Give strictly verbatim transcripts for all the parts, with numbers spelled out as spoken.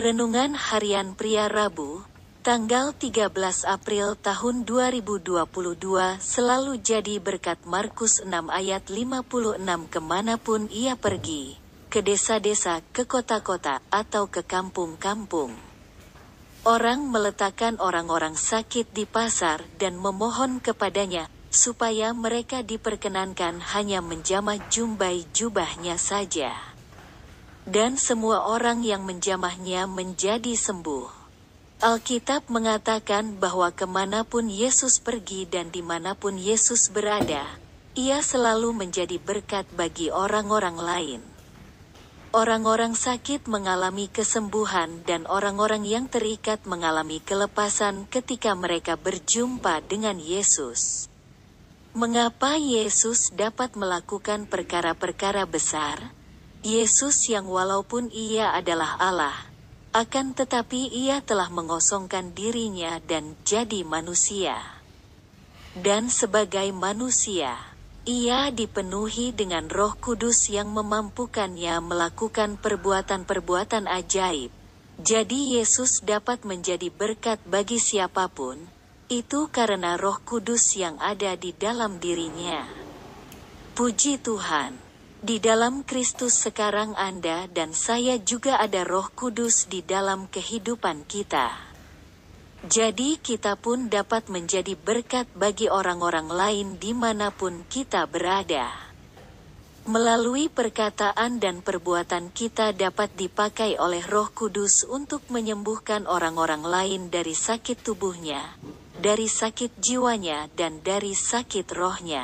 Renungan Harian Pria Rabu, tanggal tiga belas April tahun dua ribu dua puluh dua selalu jadi berkat. Markus enam ayat lima puluh enam. Kemanapun ia pergi, ke desa-desa, ke kota-kota, atau ke kampung-kampung, orang meletakkan orang-orang sakit di pasar dan memohon kepadanya, supaya mereka diperkenankan hanya menjamah jumbai jubahnya saja. Dan semua orang yang menjamahnya menjadi sembuh. Alkitab mengatakan bahwa kemanapun Yesus pergi dan dimanapun Yesus berada, ia selalu menjadi berkat bagi orang-orang lain. Orang-orang sakit mengalami kesembuhan dan orang-orang yang terikat mengalami kelepasan ketika mereka berjumpa dengan Yesus. Mengapa Yesus dapat melakukan perkara-perkara besar? Yesus yang walaupun ia adalah Allah, akan tetapi ia telah mengosongkan dirinya dan jadi manusia. Dan sebagai manusia, ia dipenuhi dengan Roh Kudus yang memampukannya melakukan perbuatan-perbuatan ajaib. Jadi Yesus dapat menjadi berkat bagi siapapun, itu karena Roh Kudus yang ada di dalam dirinya. Puji Tuhan. Di dalam Kristus sekarang Anda dan saya juga ada Roh Kudus di dalam kehidupan kita. Jadi kita pun dapat menjadi berkat bagi orang-orang lain dimanapun kita berada. Melalui perkataan dan perbuatan kita dapat dipakai oleh Roh Kudus untuk menyembuhkan orang-orang lain dari sakit tubuhnya, dari sakit jiwanya dan dari sakit rohnya.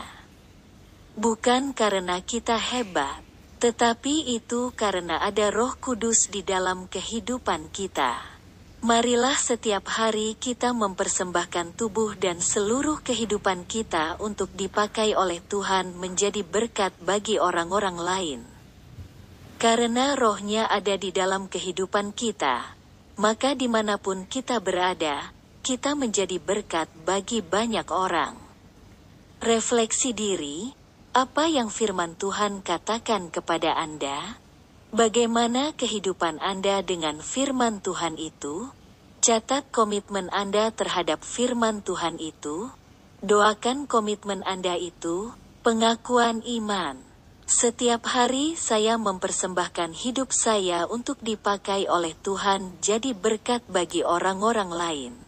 Bukan karena kita hebat, tetapi itu karena ada Roh Kudus di dalam kehidupan kita. Marilah setiap hari kita mempersembahkan tubuh dan seluruh kehidupan kita untuk dipakai oleh Tuhan menjadi berkat bagi orang-orang lain. Karena Roh-Nya ada di dalam kehidupan kita, maka dimanapun kita berada, kita menjadi berkat bagi banyak orang. Refleksi diri. Apa yang firman Tuhan katakan kepada Anda? Bagaimana kehidupan Anda dengan firman Tuhan itu? Catat komitmen Anda terhadap firman Tuhan itu. Doakan komitmen Anda itu, pengakuan iman. Setiap hari saya mempersembahkan hidup saya untuk dipakai oleh Tuhan jadi berkat bagi orang-orang lain.